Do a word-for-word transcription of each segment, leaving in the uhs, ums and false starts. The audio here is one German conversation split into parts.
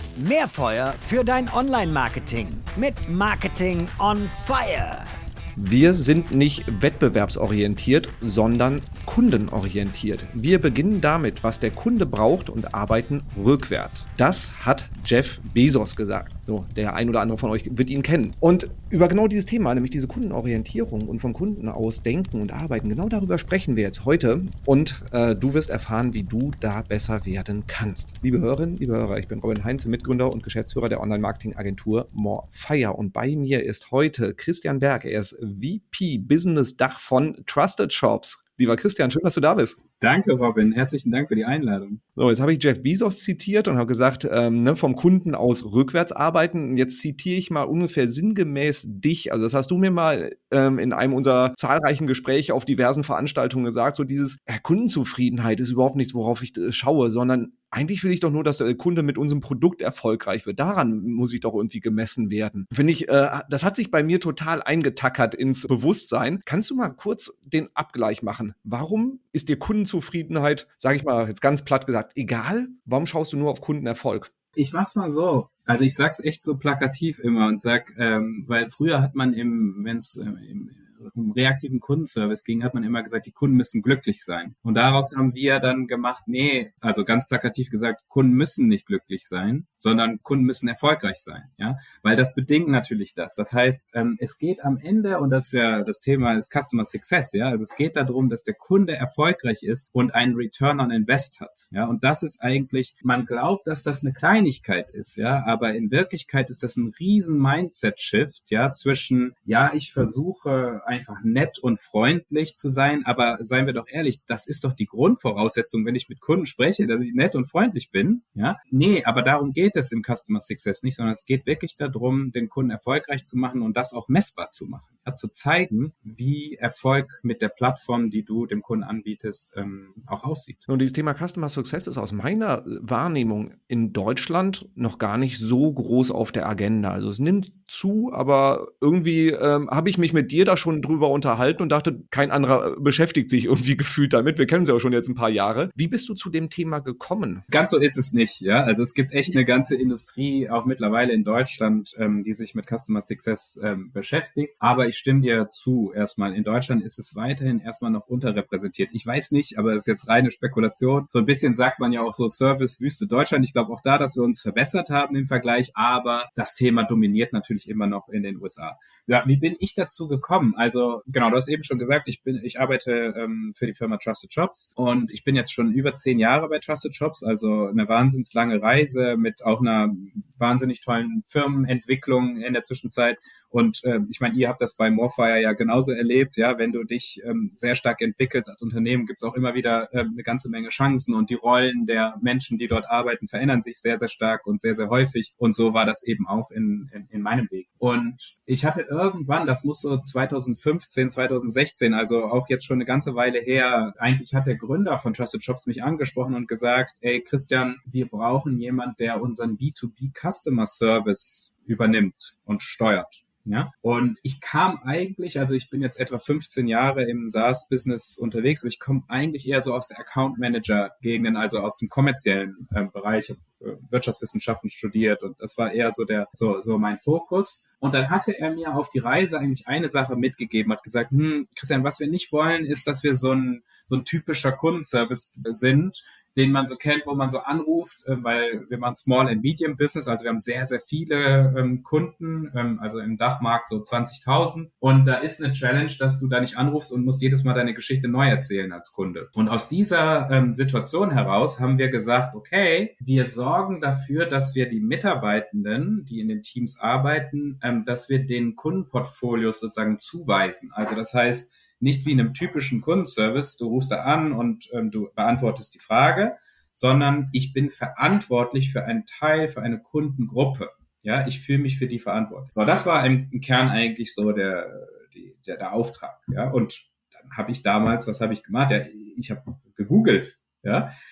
Mehr Feuer für dein Online-Marketing mit Marketing on Fire. Wir sind nicht wettbewerbsorientiert, sondern kundenorientiert. Wir beginnen damit, was der Kunde braucht und arbeiten rückwärts. Das hat Jeff Bezos gesagt. So, der ein oder andere von euch wird ihn kennen. Und über genau dieses Thema, nämlich diese Kundenorientierung und vom Kunden aus denken und arbeiten, genau darüber sprechen wir jetzt heute. Und äh, du wirst erfahren, wie du da besser werden kannst. Liebe Hörerinnen, liebe Hörer, ich bin Robin Heinze, Mitgründer und Geschäftsführer der Online-Marketing-Agentur More Fire. Und bei mir ist heute Christian Berg. Er ist V P Business Dach von Trusted Shops. Lieber Christian, schön, dass du da bist. Danke, Robin. Herzlichen Dank für die Einladung. So, jetzt habe ich Jeff Bezos zitiert und habe gesagt, ähm, ne, vom Kunden aus rückwärts arbeiten. Jetzt zitiere ich mal ungefähr sinngemäß dich. Also das hast du mir mal ähm, in einem unserer zahlreichen Gespräche auf diversen Veranstaltungen gesagt, so dieses äh, Kundenzufriedenheit ist überhaupt nichts, worauf ich äh, schaue, sondern eigentlich will ich doch nur, dass der Kunde mit unserem Produkt erfolgreich wird. Daran muss ich doch irgendwie gemessen werden. Finde ich, äh, das hat sich bei mir total eingetackert ins Bewusstsein. Kannst du mal kurz den Abgleich machen? Warum ist dir Kundenzufriedenheit, sage ich mal jetzt ganz platt gesagt, egal? Warum schaust du nur auf Kundenerfolg? Ich mach's mal so. Also ich sag's echt so plakativ immer und sag, ähm, weil früher hat man im, wenn's ähm, im um reaktiven Kundenservice ging, hat man immer gesagt, die Kunden müssen glücklich sein. Und daraus haben wir dann gemacht, nee, also ganz plakativ gesagt, Kunden müssen nicht glücklich sein, sondern Kunden müssen erfolgreich sein, ja, weil das bedingt natürlich das. Das heißt, ähm, es geht am Ende, und das ist ja das Thema des Customer Success, ja, also es geht darum, dass der Kunde erfolgreich ist und einen Return on Invest hat, ja, und das ist eigentlich, man glaubt, dass das eine Kleinigkeit ist, ja, aber in Wirklichkeit ist das ein riesen Mindset-Shift, ja, zwischen, ja, ich versuche einfach nett und freundlich zu sein, aber seien wir doch ehrlich, das ist doch die Grundvoraussetzung, wenn ich mit Kunden spreche, dass ich nett und freundlich bin, ja. Nee, aber darum geht es im Customer Success nicht, sondern es geht wirklich darum, den Kunden erfolgreich zu machen und das auch messbar zu machen, ja, zu zeigen, wie Erfolg mit der Plattform, die du dem Kunden anbietest, ähm, auch aussieht. Und dieses Thema Customer Success ist aus meiner Wahrnehmung in Deutschland noch gar nicht so groß auf der Agenda. Also es nimmt zu, aber irgendwie ähm, habe ich mich mit dir da schon drüber unterhalten und dachte, kein anderer beschäftigt sich irgendwie gefühlt damit. Wir kennen sie auch schon jetzt ein paar Jahre. Wie bist du zu dem Thema gekommen? Ganz so ist es nicht, ja. Also es gibt echt eine ganze Industrie, auch mittlerweile in Deutschland, ähm, die sich mit Customer Success ähm, beschäftigt. Aber ich stimme dir zu, erstmal, in Deutschland ist es weiterhin erstmal noch unterrepräsentiert. Ich weiß nicht, aber das ist jetzt reine Spekulation. So ein bisschen sagt man ja auch so Service Wüste Deutschland. Ich glaube auch da, dass wir uns verbessert haben im Vergleich, aber das Thema dominiert natürlich immer noch in den U S A. Ja, wie bin ich dazu gekommen? Also genau, du hast eben schon gesagt, ich bin, ich arbeite ähm, für die Firma Trusted Shops und ich bin jetzt schon über zehn Jahre bei Trusted Shops, also eine wahnsinnig lange Reise mit auch einer wahnsinnig tollen Firmenentwicklung in der Zwischenzeit. Und äh, ich meine, ihr habt das bei More Fire ja genauso erlebt, ja, wenn du dich ähm, sehr stark entwickelst als Unternehmen, gibt es auch immer wieder ähm, eine ganze Menge Chancen und die Rollen der Menschen, die dort arbeiten, verändern sich sehr, sehr stark und sehr, sehr häufig. Und so war das eben auch in, in, in meinem Weg. Und ich hatte irgendwann, das muss so zwanzig fünfzehn, zwanzig sechzehn, also auch jetzt schon eine ganze Weile her, eigentlich hat der Gründer von Trusted Shops mich angesprochen und gesagt, ey Christian, wir brauchen jemand, der unseren B zwei B Customer Service übernimmt und steuert. Ja, und ich kam eigentlich, also ich bin jetzt etwa fünfzehn Jahre im SaaS-Business unterwegs, aber ich komme eigentlich eher so aus der Account-Manager-Gegenden, also aus dem kommerziellen äh, Bereich, äh, Wirtschaftswissenschaften studiert und das war eher so der, so, so mein Fokus. Und dann hatte er mir auf die Reise eigentlich eine Sache mitgegeben, hat gesagt, hm, Christian, was wir nicht wollen, ist, dass wir so ein, so ein typischer Kundenservice sind, den man so kennt, wo man so anruft, äh, weil wir machen Small and Medium Business, also wir haben sehr, sehr viele ähm, Kunden, ähm, also im Dachmarkt so zwanzigtausend und da ist eine Challenge, dass du da nicht anrufst und musst jedes Mal deine Geschichte neu erzählen als Kunde. Und aus dieser ähm, Situation heraus haben wir gesagt, okay, wir sorgen dafür, dass wir die Mitarbeitenden, die in den Teams arbeiten, ähm, dass wir den Kundenportfolios sozusagen zuweisen. Also das heißt, nicht wie in einem typischen Kundenservice, du rufst da an und ähm, du beantwortest die Frage, sondern ich bin verantwortlich für einen Teil, für eine Kundengruppe. Ja, ich fühle mich für die verantwortlich. So, das war im, im Kern eigentlich so der, die, der, der Auftrag. Ja, und dann habe ich damals, was habe ich gemacht? Ja, ich habe gegoogelt. Ja,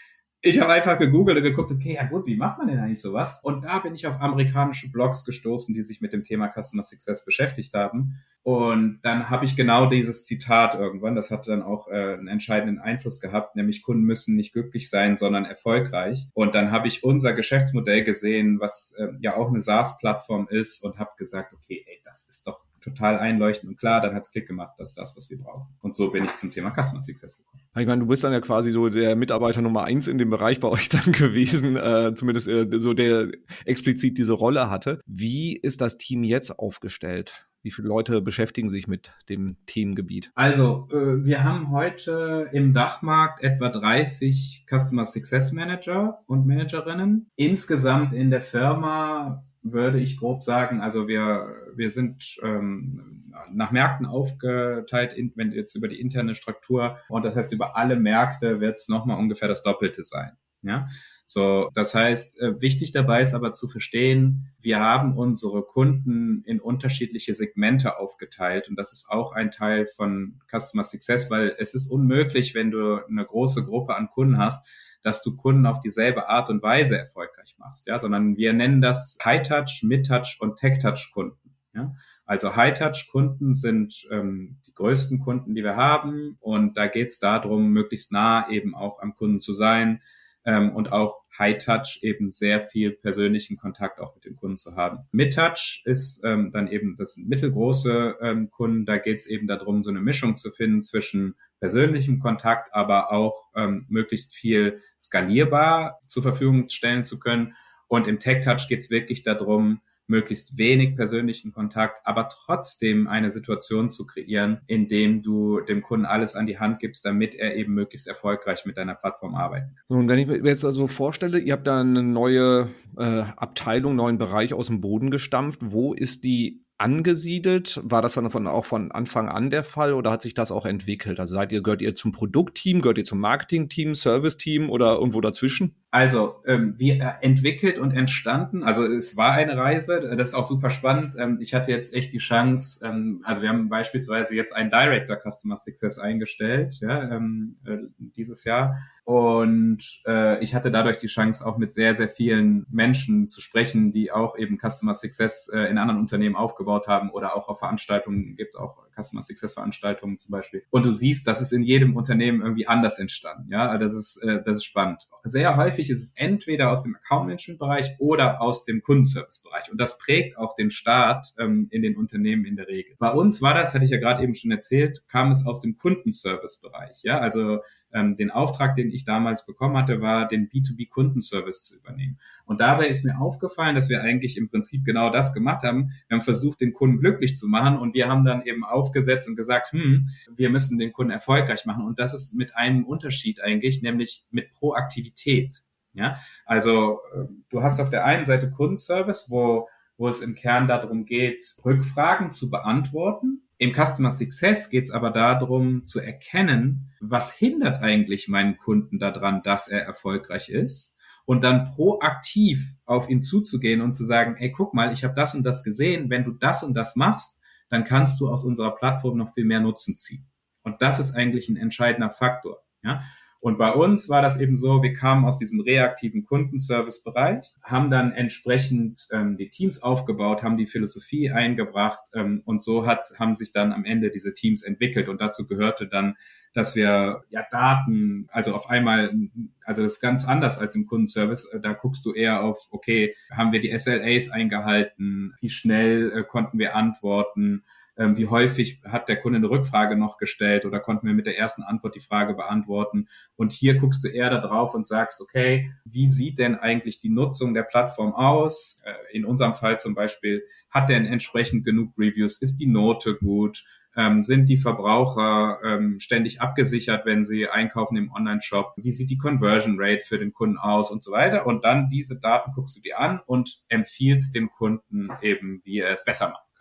ich habe einfach gegoogelt und geguckt, okay, ja gut, wie macht man denn eigentlich sowas? Und da bin ich auf amerikanische Blogs gestoßen, die sich mit dem Thema Customer Success beschäftigt haben. Und dann habe ich genau dieses Zitat irgendwann, das hat dann auch äh, einen entscheidenden Einfluss gehabt, nämlich Kunden müssen nicht glücklich sein, sondern erfolgreich. Und dann habe ich unser Geschäftsmodell gesehen, was äh, ja auch eine SaaS-Plattform ist und habe gesagt, okay, ey, das ist doch total einleuchtend und klar, dann hat's Klick gemacht, das ist das, was wir brauchen. Und so bin ich zum Thema Customer Success gekommen. Ich meine, du bist dann ja quasi so der Mitarbeiter Nummer eins in dem Bereich bei euch dann gewesen, äh, zumindest äh, so der explizit diese Rolle hatte. Wie ist das Team jetzt aufgestellt? Wie viele Leute beschäftigen sich mit dem Themengebiet? Also, äh, wir haben heute im Dachmarkt etwa dreißig Customer Success Manager und Managerinnen. Insgesamt in der Firma würde ich grob sagen, also wir wir sind ähm, nach Märkten aufgeteilt, in, wenn jetzt über die interne Struktur, und das heißt, über alle Märkte wird es nochmal ungefähr das Doppelte sein. Ja, so, das heißt, äh, wichtig dabei ist aber zu verstehen, wir haben unsere Kunden in unterschiedliche Segmente aufgeteilt, und das ist auch ein Teil von Customer Success, weil es ist unmöglich, wenn du eine große Gruppe an Kunden hast, dass du Kunden auf dieselbe Art und Weise erfolgreich machst, ja, sondern wir nennen das High-Touch, Mid-Touch und Tech-Touch-Kunden. Ja? Also High-Touch-Kunden sind ähm, die größten Kunden, die wir haben, und da geht es darum, möglichst nah eben auch am Kunden zu sein ähm, und auch High-Touch eben sehr viel persönlichen Kontakt auch mit dem Kunden zu haben. Mid-Touch ist ähm, dann eben das mittelgroße ähm, Kunden, da geht es eben darum, so eine Mischung zu finden zwischen persönlichem Kontakt, aber auch ähm, möglichst viel skalierbar zur Verfügung stellen zu können. Und im Tech-Touch geht es wirklich darum, möglichst wenig persönlichen Kontakt, aber trotzdem eine Situation zu kreieren, in dem du dem Kunden alles an die Hand gibst, damit er eben möglichst erfolgreich mit deiner Plattform arbeiten kann. So, und wenn ich mir jetzt also vorstelle, ihr habt da eine neue äh, Abteilung, neuen Bereich aus dem Boden gestampft, wo ist die angesiedelt? War das von, von, auch von Anfang an der Fall oder hat sich das auch entwickelt? Also seid ihr, gehört ihr zum Produktteam, gehört ihr zum Marketingteam, Serviceteam oder irgendwo dazwischen? Also, ähm, wie äh, entwickelt und entstanden, also es war eine Reise, das ist auch super spannend. Ähm, ich hatte jetzt echt die Chance, ähm, also wir haben beispielsweise jetzt einen Director Customer Success eingestellt, ja, ähm, äh, dieses Jahr. Und äh, ich hatte dadurch die Chance, auch mit sehr, sehr vielen Menschen zu sprechen, die auch eben Customer Success äh, in anderen Unternehmen aufgebaut haben oder auch auf Veranstaltungen, gibt auch Customer Success Veranstaltungen zum Beispiel. Und du siehst, das ist in jedem Unternehmen irgendwie anders entstanden. Ja, das ist, äh, das ist spannend. Sehr häufig ist es entweder aus dem Account Management Bereich oder aus dem Kundenservice Bereich. Und das prägt auch den Start ähm, in den Unternehmen in der Regel. Bei uns war das, hatte ich ja gerade eben schon erzählt, kam es aus dem Kundenservice Bereich. Ja, also ähm, den Auftrag, den ich damals bekommen hatte, war, den B zwei B Kundenservice zu übernehmen. Und dabei ist mir aufgefallen, dass wir eigentlich im Prinzip genau das gemacht haben. Wir haben versucht, den Kunden glücklich zu machen, und wir haben dann eben aufgesetzt und gesagt, hm, wir müssen den Kunden erfolgreich machen. Und das ist mit einem Unterschied eigentlich, nämlich mit Proaktivität. Ja, also du hast auf der einen Seite Kundenservice, wo, wo es im Kern darum geht, Rückfragen zu beantworten. Im Customer Success geht es aber darum, zu erkennen, was hindert eigentlich meinen Kunden daran, dass er erfolgreich ist, und dann proaktiv auf ihn zuzugehen und zu sagen, ey, guck mal, ich habe das und das gesehen, wenn du das und das machst, dann kannst du aus unserer Plattform noch viel mehr Nutzen ziehen. Und das ist eigentlich ein entscheidender Faktor. Ja? Und bei uns war das eben so, wir kamen aus diesem reaktiven Kundenservice-Bereich, haben dann entsprechend ähm, die Teams aufgebaut, haben die Philosophie eingebracht ähm, und so hat, haben sich dann am Ende diese Teams entwickelt. Und dazu gehörte dann, dass wir ja Daten, also auf einmal, also das ist ganz anders als im Kundenservice, da guckst du eher auf, okay, haben wir die S L As eingehalten, wie schnell äh, konnten wir antworten, wie häufig hat der Kunde eine Rückfrage noch gestellt oder konnten wir mit der ersten Antwort die Frage beantworten. Und hier guckst du eher da drauf und sagst, okay, wie sieht denn eigentlich die Nutzung der Plattform aus? In unserem Fall zum Beispiel, hat der entsprechend genug Reviews? Ist die Note gut? Ähm, sind die Verbraucher ähm, ständig abgesichert, wenn sie einkaufen im Online-Shop? Wie sieht die Conversion Rate für den Kunden aus und so weiter? Und dann diese Daten guckst du dir an und empfiehlst dem Kunden eben, wie er es besser macht.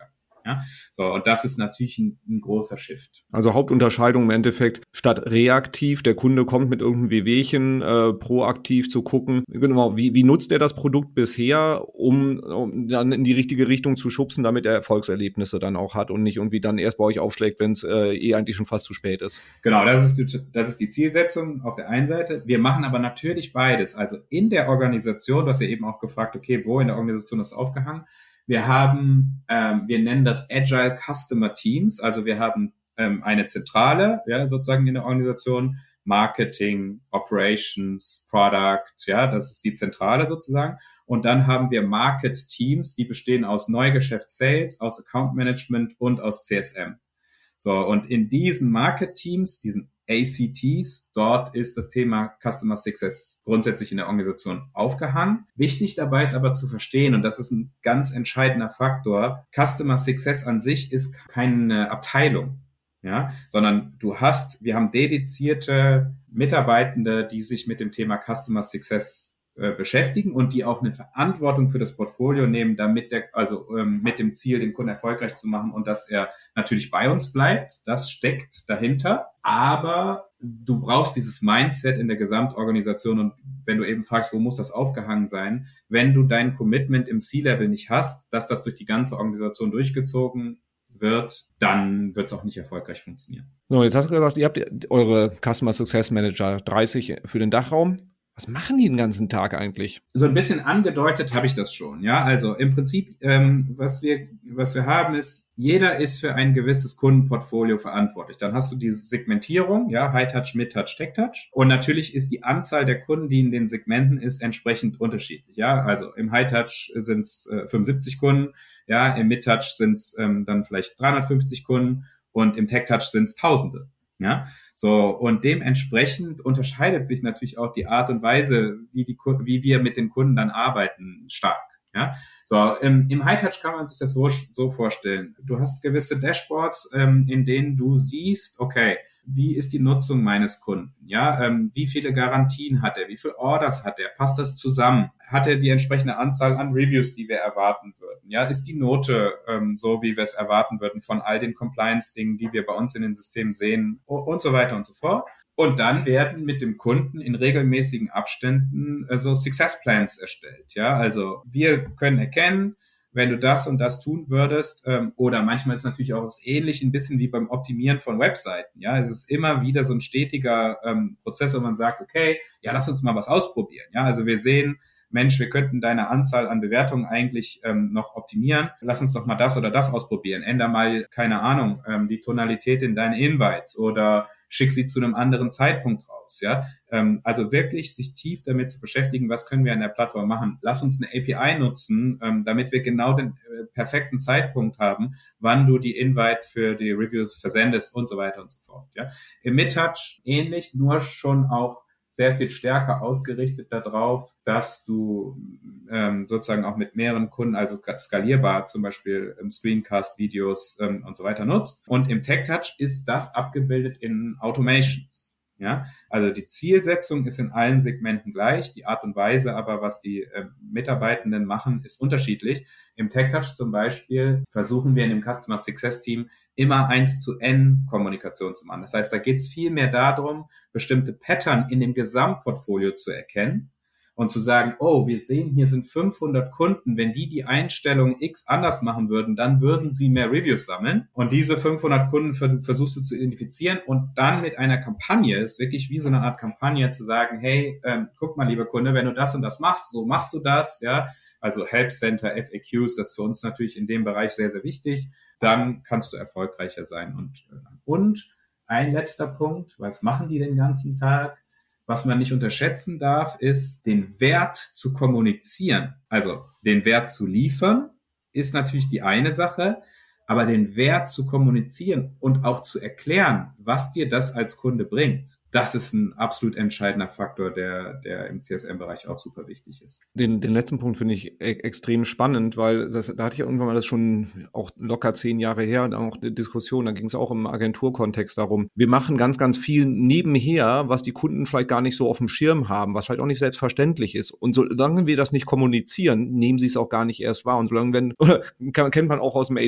Ja? So, und das ist natürlich ein, ein großer Shift. Also Hauptunterscheidung im Endeffekt, statt reaktiv, der Kunde kommt mit irgendeinem Wehwehchen, äh, proaktiv zu gucken, genau, wie, wie nutzt er das Produkt bisher, um, um dann in die richtige Richtung zu schubsen, damit er Erfolgserlebnisse dann auch hat und nicht irgendwie dann erst bei euch aufschlägt, wenn es äh, eh eigentlich schon fast zu spät ist. Genau, das ist, die, das ist die Zielsetzung auf der einen Seite. Wir machen aber natürlich beides. Also in der Organisation, du hast ja eben auch gefragt, okay, wo in der Organisation ist es aufgehangen? Wir haben, ähm, wir nennen das Agile Customer Teams. Also wir haben ähm, eine Zentrale, ja, sozusagen in der Organisation, Marketing, Operations, Product, ja, das ist die Zentrale sozusagen. Und dann haben wir Market Teams, die bestehen aus Neugeschäft Sales, aus Account Management und aus C S M. So, und in diesen Market Teams, diesen A C Ts, dort ist das Thema Customer Success grundsätzlich in der Organisation aufgehangen. Wichtig dabei ist aber zu verstehen, und das ist ein ganz entscheidender Faktor, Customer Success an sich ist keine Abteilung, ja, sondern du hast, wir haben dedizierte Mitarbeitende, die sich mit dem Thema Customer Success äh, beschäftigen und die auch eine Verantwortung für das Portfolio nehmen, damit der, also ähm, mit dem Ziel, den Kunden erfolgreich zu machen und dass er natürlich bei uns bleibt. Das steckt dahinter. Aber du brauchst dieses Mindset in der Gesamtorganisation, und wenn du eben fragst, wo muss das aufgehangen sein, wenn du dein Commitment im C-Level nicht hast, dass das durch die ganze Organisation durchgezogen wird, dann wird es auch nicht erfolgreich funktionieren. So, jetzt hast du gesagt, ihr habt eure Customer Success Manager dreißig für den Dachraum. Was machen die den ganzen Tag eigentlich? So ein bisschen angedeutet habe ich das schon, ja. Also im Prinzip, ähm, was wir was wir haben ist, jeder ist für ein gewisses Kundenportfolio verantwortlich. Dann hast du die Segmentierung, ja, High-Touch, Mid-Touch, Tech-Touch. Und natürlich ist die Anzahl der Kunden, die in den Segmenten ist, entsprechend unterschiedlich, ja. Also im High-Touch sind es äh, fünfundsiebzig Kunden, ja, im Mid-Touch sind es ähm, dann vielleicht dreihundertfünfzig Kunden und im Tech-Touch sind es Tausende. Ja, so, und dementsprechend unterscheidet sich natürlich auch die Art und Weise, wie die, wie wir mit den Kunden dann arbeiten, stark. Ja, so, im, im High-Touch kann man sich das so, so vorstellen. Du hast gewisse Dashboards, ähm, in denen du siehst, okay, wie ist die Nutzung meines Kunden? Ja, ähm, wie viele Garantien hat er? Wie viele Orders hat er? Passt das zusammen? Hat er die entsprechende Anzahl an Reviews, die wir erwarten würden? Ja, ist die Note ähm, so, wie wir es erwarten würden von all den Compliance-Dingen, die wir bei uns in den Systemen sehen und so weiter und so fort? Und dann werden mit dem Kunden in regelmäßigen Abständen äh, so Success Plans erstellt. Ja, also wir können erkennen, wenn du das und das tun würdest, ähm, oder manchmal ist es natürlich auch das ähnlich ein bisschen wie beim Optimieren von Webseiten. Ja, es ist immer wieder so ein stetiger ähm, Prozess, wo man sagt, okay, ja, lass uns mal was ausprobieren. Ja, also wir sehen, Mensch, wir könnten deine Anzahl an Bewertungen eigentlich ähm, noch optimieren. Lass uns doch mal das oder das ausprobieren. Änder mal, keine Ahnung, ähm, die Tonalität in deine Invites oder schick sie zu einem anderen Zeitpunkt raus. Ja, ähm, also wirklich sich tief damit zu beschäftigen, was können wir an der Plattform machen. Lass uns eine A P I nutzen, ähm, damit wir genau den äh, perfekten Zeitpunkt haben, wann du die Invite für die Reviews versendest und so weiter und so fort. Ja, im Mid-Touch ähnlich, nur schon auch sehr viel stärker ausgerichtet darauf, dass du ähm, sozusagen auch mit mehreren Kunden, also skalierbar zum Beispiel im Screencast-Videos ähm, und so weiter nutzt. Und im Tech-Touch ist das abgebildet in Automations. Ja, also die Zielsetzung ist in allen Segmenten gleich, die Art und Weise aber, was die äh, Mitarbeitenden machen, ist unterschiedlich. Im Tech-Touch zum Beispiel versuchen wir in dem Customer Success Team immer eins zu N Kommunikation zu machen. Das heißt, da geht es viel mehr darum, bestimmte Pattern in dem Gesamtportfolio zu erkennen und zu sagen, oh, wir sehen, hier sind fünfhundert Kunden, wenn die die Einstellung X anders machen würden, dann würden sie mehr Reviews sammeln. Und diese fünfhundert Kunden versuchst du zu identifizieren und dann mit einer Kampagne, ist wirklich wie so eine Art Kampagne, zu sagen, hey, ähm, guck mal, lieber Kunde, wenn du das und das machst, so machst du das, ja, also Help Center, F A Qs, das ist für uns natürlich in dem Bereich sehr, sehr wichtig, dann kannst du erfolgreicher sein. Und, und ein letzter Punkt, was machen die den ganzen Tag? Was man nicht unterschätzen darf, ist, den Wert zu kommunizieren. Also den Wert zu liefern, ist natürlich die eine Sache, aber den Wert zu kommunizieren und auch zu erklären, was dir das als Kunde bringt, das ist ein absolut entscheidender Faktor, der, der im C S M-Bereich auch super wichtig ist. Den, den letzten Punkt finde ich e- extrem spannend, weil das, da hatte ich irgendwann mal das schon auch locker zehn Jahre her und auch eine Diskussion, da ging es auch im Agenturkontext darum. Wir machen ganz, ganz viel nebenher, was die Kunden vielleicht gar nicht so auf dem Schirm haben, was halt auch nicht selbstverständlich ist. Und solange wir das nicht kommunizieren, nehmen sie es auch gar nicht erst wahr. Und solange, wenn, kennt man auch aus dem H R-Kontext,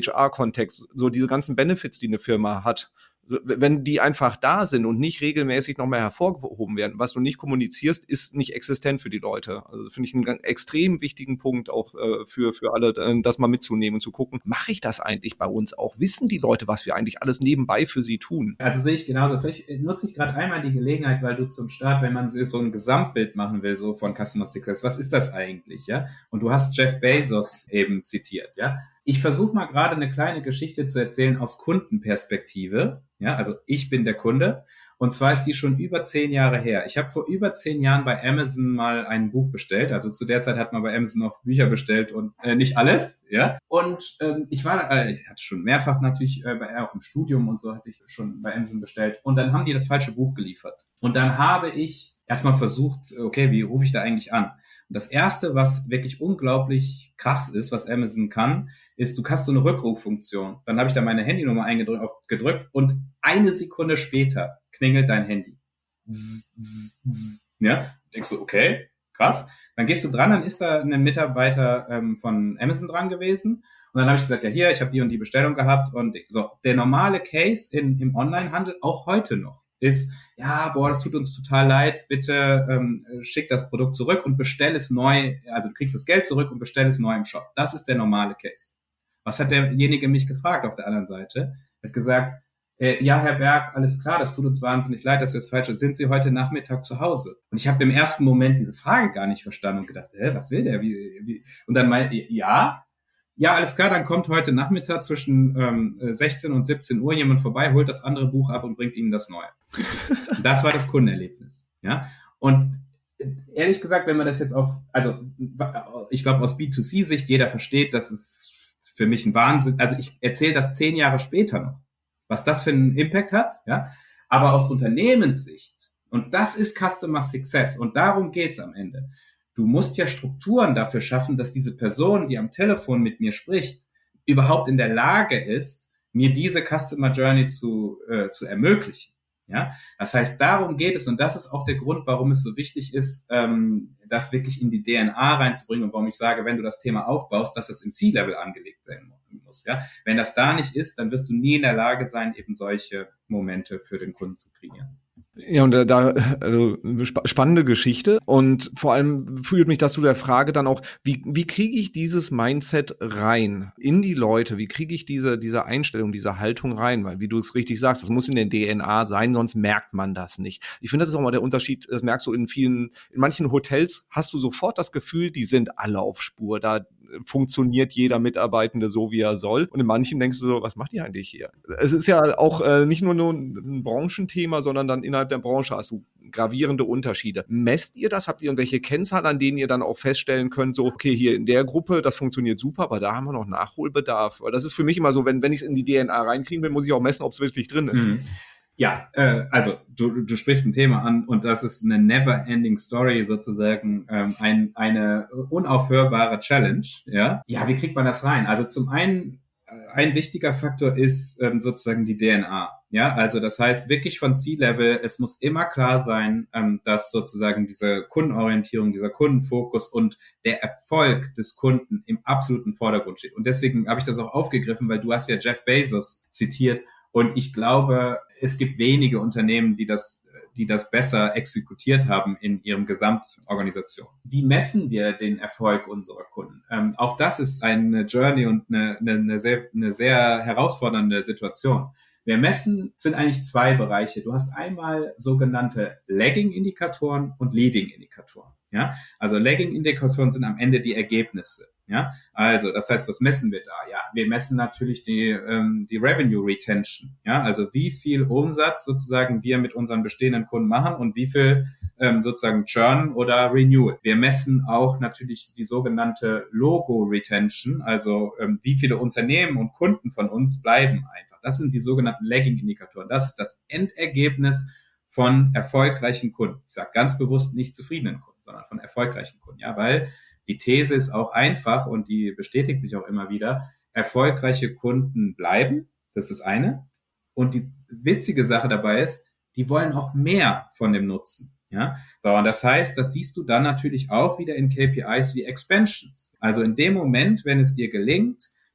Kontext, so diese ganzen Benefits, die eine Firma hat, wenn die einfach da sind und nicht regelmäßig nochmal hervorgehoben werden, was du nicht kommunizierst, ist nicht existent für die Leute. Also finde ich einen ganz extrem wichtigen Punkt auch äh, für, für alle, äh, das mal mitzunehmen und zu gucken, mache ich das eigentlich bei uns auch? Wissen die Leute, was wir eigentlich alles nebenbei für sie tun? Also sehe ich genauso. Vielleicht nutze ich gerade einmal die Gelegenheit, weil du zum Start, wenn man so ein Gesamtbild machen will, so von Customer Success, was ist das eigentlich, ja? Und du hast Jeff Bezos eben zitiert, ja? Ich versuche mal gerade eine kleine Geschichte zu erzählen aus Kundenperspektive. Ja, also ich bin der Kunde und zwar ist die schon über zehn Jahre her. Ich habe vor über zehn Jahren bei Amazon mal ein Buch bestellt. Also zu der Zeit hat man bei Amazon noch Bücher bestellt und äh, nicht alles. Ja. Und ähm, ich war, äh, ich hatte schon mehrfach natürlich äh, bei, auch im Studium und so hatte ich schon bei Amazon bestellt. Und dann haben die das falsche Buch geliefert. Und dann habe ich erstmal versucht, okay, wie rufe ich da eigentlich an? Und das Erste, was wirklich unglaublich krass ist, was Amazon kann, ist, du hast so eine Rückruffunktion. Dann habe ich da meine Handynummer eingedrückt und eine Sekunde später klingelt dein Handy. Zzz, zzz, zzz. Ja, denkst du, okay, krass. Dann gehst du dran, dann ist da ein Mitarbeiter ähm, von Amazon dran gewesen. Und dann habe ich gesagt, ja hier, ich habe die und die Bestellung gehabt. Und so, der normale Case in, im Onlinehandel, auch heute noch, ist, ja, boah, das tut uns total leid, bitte ähm, schick das Produkt zurück und bestell es neu, also du kriegst das Geld zurück und bestell es neu im Shop. Das ist der normale Case. Was hat derjenige mich gefragt auf der anderen Seite? Er hat gesagt, äh, ja, Herr Berg, alles klar, das tut uns wahnsinnig leid, dass wir das Falsche, sind Sie heute Nachmittag zu Hause? Und ich habe im ersten Moment diese Frage gar nicht verstanden und gedacht, hä, was will der? Wie, wie? Und dann meinte ja, ja, alles klar, dann kommt heute Nachmittag zwischen ähm, sechzehn und siebzehn Uhr jemand vorbei, holt das andere Buch ab und bringt Ihnen das Neue. Das war das Kundenerlebnis. Ja. Und ehrlich gesagt, wenn man das jetzt auf, also ich glaube aus B zwei C-Sicht, jeder versteht, das ist für mich ein Wahnsinn. Also ich erzähle das zehn Jahre später noch, was das für einen Impact hat. Ja. Aber aus Unternehmenssicht, und das ist Customer Success, und darum geht's am Ende. Du musst ja Strukturen dafür schaffen, dass diese Person, die am Telefon mit mir spricht, überhaupt in der Lage ist, mir diese Customer Journey zu, äh, zu ermöglichen. Ja, das heißt, darum geht es und das ist auch der Grund, warum es so wichtig ist, ähm, das wirklich in die D N A reinzubringen und warum ich sage, wenn du das Thema aufbaust, dass das im C-Level angelegt sein muss. Ja, wenn das da nicht ist, dann wirst du nie in der Lage sein, eben solche Momente für den Kunden zu kreieren. Ja, und da also, spannende Geschichte und vor allem führt mich das zu der Frage dann auch, wie wie kriege ich dieses Mindset rein in die Leute, wie kriege ich diese diese Einstellung, diese Haltung rein, weil wie du es richtig sagst, das muss in der D N A sein, sonst merkt man das nicht. Ich finde, das ist auch mal der Unterschied, das merkst du in vielen, in manchen Hotels hast du sofort das Gefühl, die sind alle auf Spur, da funktioniert jeder Mitarbeitende so, wie er soll. Und in manchen denkst du so, was macht die eigentlich hier? Es ist ja auch äh, nicht nur, nur ein Branchenthema, sondern dann innerhalb der Branche hast du gravierende Unterschiede. Messt ihr das? Habt ihr irgendwelche Kennzahlen, an denen ihr dann auch feststellen könnt, so, okay, hier in der Gruppe, das funktioniert super, aber da haben wir noch Nachholbedarf? Weil das ist für mich immer so, wenn, wenn ich es in die D N A reinkriegen will, muss ich auch messen, ob es wirklich drin ist. Mhm. Ja, äh, also du, du sprichst ein Thema an und das ist eine never-ending Story sozusagen, ähm, ein, eine unaufhörbare Challenge. Ja, ja, wie kriegt man das rein? Also zum einen, ein wichtiger Faktor ist ähm, sozusagen die D N A. Ja, also das heißt wirklich von C-Level, es muss immer klar sein, ähm, dass sozusagen diese Kundenorientierung, dieser Kundenfokus und der Erfolg des Kunden im absoluten Vordergrund steht. Und deswegen habe ich das auch aufgegriffen, weil du hast ja Jeff Bezos zitiert. Und ich glaube, es gibt wenige Unternehmen, die das, die das besser exekutiert haben in ihrem Gesamtorganisation. Wie messen wir den Erfolg unserer Kunden? Ähm, auch das ist eine Journey und eine, eine, eine, sehr, eine sehr herausfordernde Situation. Wir messen, sind eigentlich zwei Bereiche. Du hast einmal sogenannte Lagging-Indikatoren und Leading-Indikatoren. Ja, also Lagging-Indikatoren sind am Ende die Ergebnisse. Ja, also das heißt, was messen wir da? Ja, wir messen natürlich die ähm, die Revenue Retention. Ja, also wie viel Umsatz sozusagen wir mit unseren bestehenden Kunden machen und wie viel ähm, sozusagen Churn oder Renewal. Wir messen auch natürlich die sogenannte Logo Retention, also ähm, wie viele Unternehmen und Kunden von uns bleiben einfach. Das sind die sogenannten Lagging-Indikatoren. Das ist das Endergebnis von erfolgreichen Kunden. Ich sage ganz bewusst nicht zufriedenen Kunden, sondern von erfolgreichen Kunden. Ja, weil die These ist auch einfach und die bestätigt sich auch immer wieder. Erfolgreiche Kunden bleiben, das ist das eine. Und die witzige Sache dabei ist, die wollen auch mehr von dem Nutzen. Ja, so, und das heißt, das siehst du dann natürlich auch wieder in K P Is wie Expansions. Also in dem Moment, wenn es dir gelingt,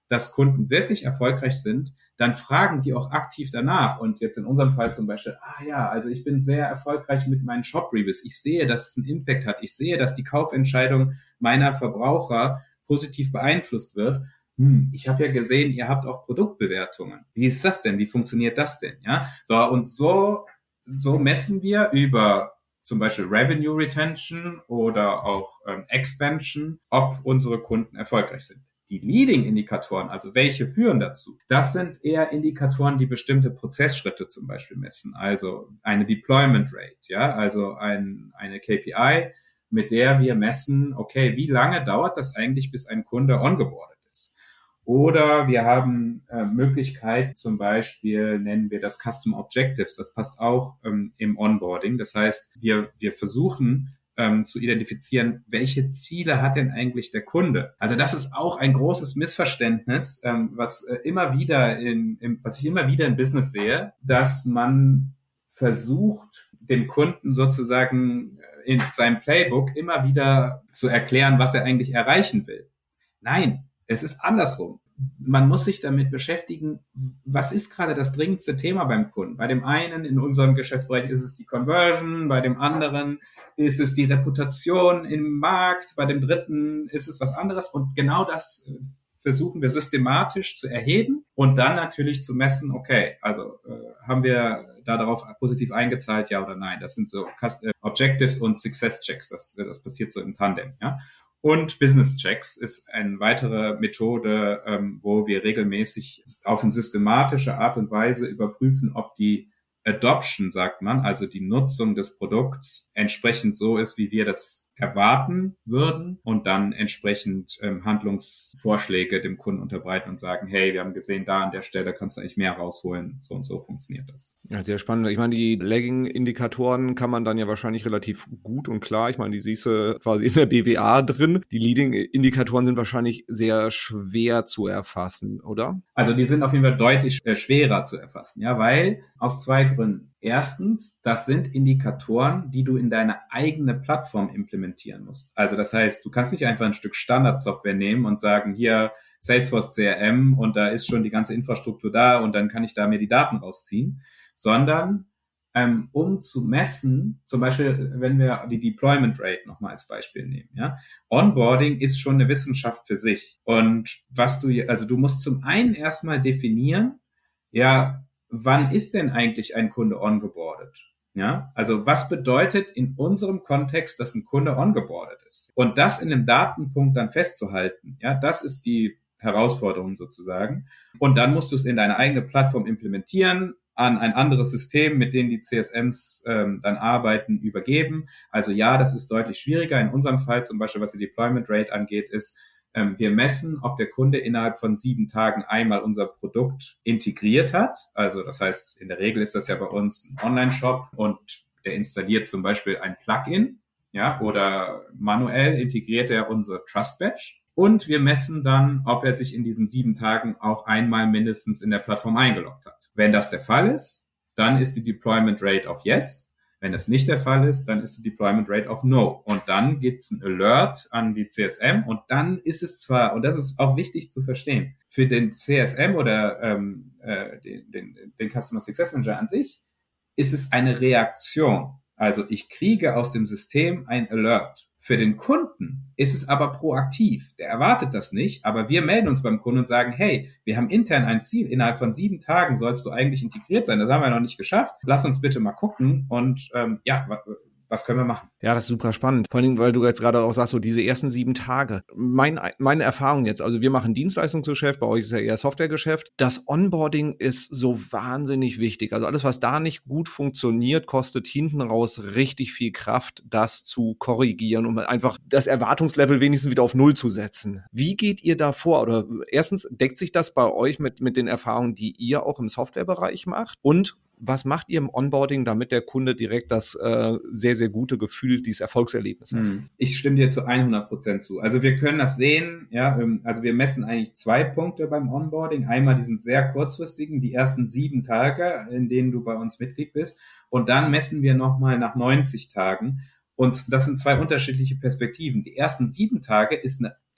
dass Kunden wirklich erfolgreich sind, dann fragen die auch aktiv danach. Und jetzt in unserem Fall zum Beispiel, ah ja, also ich bin sehr erfolgreich mit meinen Shop-Reviews. Ich sehe, dass es einen Impact hat. Ich sehe, dass die Kaufentscheidung meiner Verbraucher positiv beeinflusst wird. Hm, ich habe ja gesehen, ihr habt auch Produktbewertungen. Wie ist das denn? Wie funktioniert das denn? Ja, so und so, so messen wir über zum Beispiel Revenue Retention oder auch ähm, Expansion, ob unsere Kunden erfolgreich sind. Die Leading-Indikatoren, also welche führen dazu, das sind eher Indikatoren, die bestimmte Prozessschritte zum Beispiel messen. Also eine Deployment Rate, ja, also ein, eine K P I, mit der wir messen, okay, wie lange dauert das eigentlich, bis ein Kunde ongeboardet ist? Oder wir haben äh, Möglichkeit, zum Beispiel nennen wir das Custom Objectives, das passt auch ähm, im Onboarding. Das heißt, wir, wir versuchen, Ähm, zu identifizieren, welche Ziele hat denn eigentlich der Kunde? Also das ist auch ein großes Missverständnis, ähm, was äh, immer wieder in, in, was ich immer wieder im Business sehe, dass man versucht, dem Kunden sozusagen in seinem Playbook immer wieder zu erklären, was er eigentlich erreichen will. Nein, es ist andersrum. Man muss sich damit beschäftigen, was ist gerade das dringendste Thema beim Kunden? Bei dem einen in unserem Geschäftsbereich ist es die Conversion, bei dem anderen ist es die Reputation im Markt, bei dem dritten ist es was anderes. Und genau das versuchen wir systematisch zu erheben und dann natürlich zu messen, okay, also äh, haben wir da darauf positiv eingezahlt, ja oder nein? Das sind so Objectives und Success Checks, das, das passiert so im Tandem, ja. Und Business Checks ist eine weitere Methode, ähm, wo wir regelmäßig auf eine systematische Art und Weise überprüfen, ob die Adoption, sagt man, also die Nutzung des Produkts entsprechend so ist, wie wir das erwarten würden und dann entsprechend ähm, Handlungsvorschläge dem Kunden unterbreiten und sagen, hey, wir haben gesehen, da an der Stelle kannst du eigentlich mehr rausholen, so und so funktioniert das. Ja, sehr spannend. Ich meine, die Lagging-Indikatoren kann man dann ja wahrscheinlich relativ gut und klar, ich meine, die siehst du quasi in der B W A drin. Die Leading-Indikatoren sind wahrscheinlich sehr schwer zu erfassen, oder? Also die sind auf jeden Fall deutlich äh, schwerer zu erfassen, ja, weil aus zwei Gründen. Erstens, das sind Indikatoren, die du in deine eigene Plattform implementieren musst. Also das heißt, du kannst nicht einfach ein Stück Standardsoftware nehmen und sagen, hier Salesforce C R M und da ist schon die ganze Infrastruktur da und dann kann ich da mir die Daten rausziehen, sondern ähm, um zu messen, zum Beispiel, wenn wir die Deployment Rate nochmal als Beispiel nehmen, ja, Onboarding ist schon eine Wissenschaft für sich. Und was du, also du musst zum einen erstmal definieren, ja, wann ist denn eigentlich ein Kunde ongeboardet? Ja, also was bedeutet in unserem Kontext, dass ein Kunde ongeboardet ist? Und das in einem Datenpunkt dann festzuhalten, ja, das ist die Herausforderung sozusagen. Und dann musst du es in deine eigene Plattform implementieren, an ein anderes System, mit dem die C S Ms ähm, dann arbeiten, übergeben. Also ja, das ist deutlich schwieriger. In unserem Fall zum Beispiel, was die Deployment Rate angeht, ist, wir messen, ob der Kunde innerhalb von sieben Tagen einmal unser Produkt integriert hat. Also das heißt, in der Regel ist das ja bei uns ein Online-Shop und der installiert zum Beispiel ein Plugin, ja, oder manuell integriert er unser Trust Badge. Und wir messen dann, ob er sich in diesen sieben Tagen auch einmal mindestens in der Plattform eingeloggt hat. Wenn das der Fall ist, dann ist die Deployment Rate auf Yes. Wenn das nicht der Fall ist, dann ist die Deployment Rate auf No. Und dann gibt's ein Alert an die C S M und dann ist es zwar, und das ist auch wichtig zu verstehen, für den C S M oder ähm, äh, den, den, den Customer Success Manager an sich, ist es eine Reaktion. Also ich kriege aus dem System ein Alert. Für den Kunden ist es aber proaktiv. Der erwartet das nicht, aber wir melden uns beim Kunden und sagen, hey, wir haben intern ein Ziel, innerhalb von sieben Tagen sollst du eigentlich integriert sein. Das haben wir noch nicht geschafft. Lass uns bitte mal gucken und ähm, ja, was können wir machen? Ja, das ist super spannend. Vor allem, weil du jetzt gerade auch sagst, so diese ersten sieben Tage. Mein, meine Erfahrung jetzt, also wir machen Dienstleistungsgeschäft, bei euch ist ja eher Softwaregeschäft. Das Onboarding ist so wahnsinnig wichtig. Also alles, was da nicht gut funktioniert, kostet hinten raus richtig viel Kraft, das zu korrigieren, um einfach das Erwartungslevel wenigstens wieder auf Null zu setzen. Wie geht ihr da vor? Oder erstens, deckt sich das bei euch mit, mit den Erfahrungen, die ihr auch im Softwarebereich macht? Und was macht ihr im Onboarding, damit der Kunde direkt das äh, sehr, sehr gute Gefühl, dieses Erfolgserlebnis hat? Ich stimme dir zu hundert Prozent zu. Also wir können das sehen, ja, also wir messen eigentlich zwei Punkte beim Onboarding. Einmal diesen sehr kurzfristigen, die ersten sieben Tage, in denen du bei uns Mitglied bist. Und dann messen wir nochmal nach neunzig Tagen. Und das sind zwei unterschiedliche Perspektiven. Die ersten sieben Tage ist eine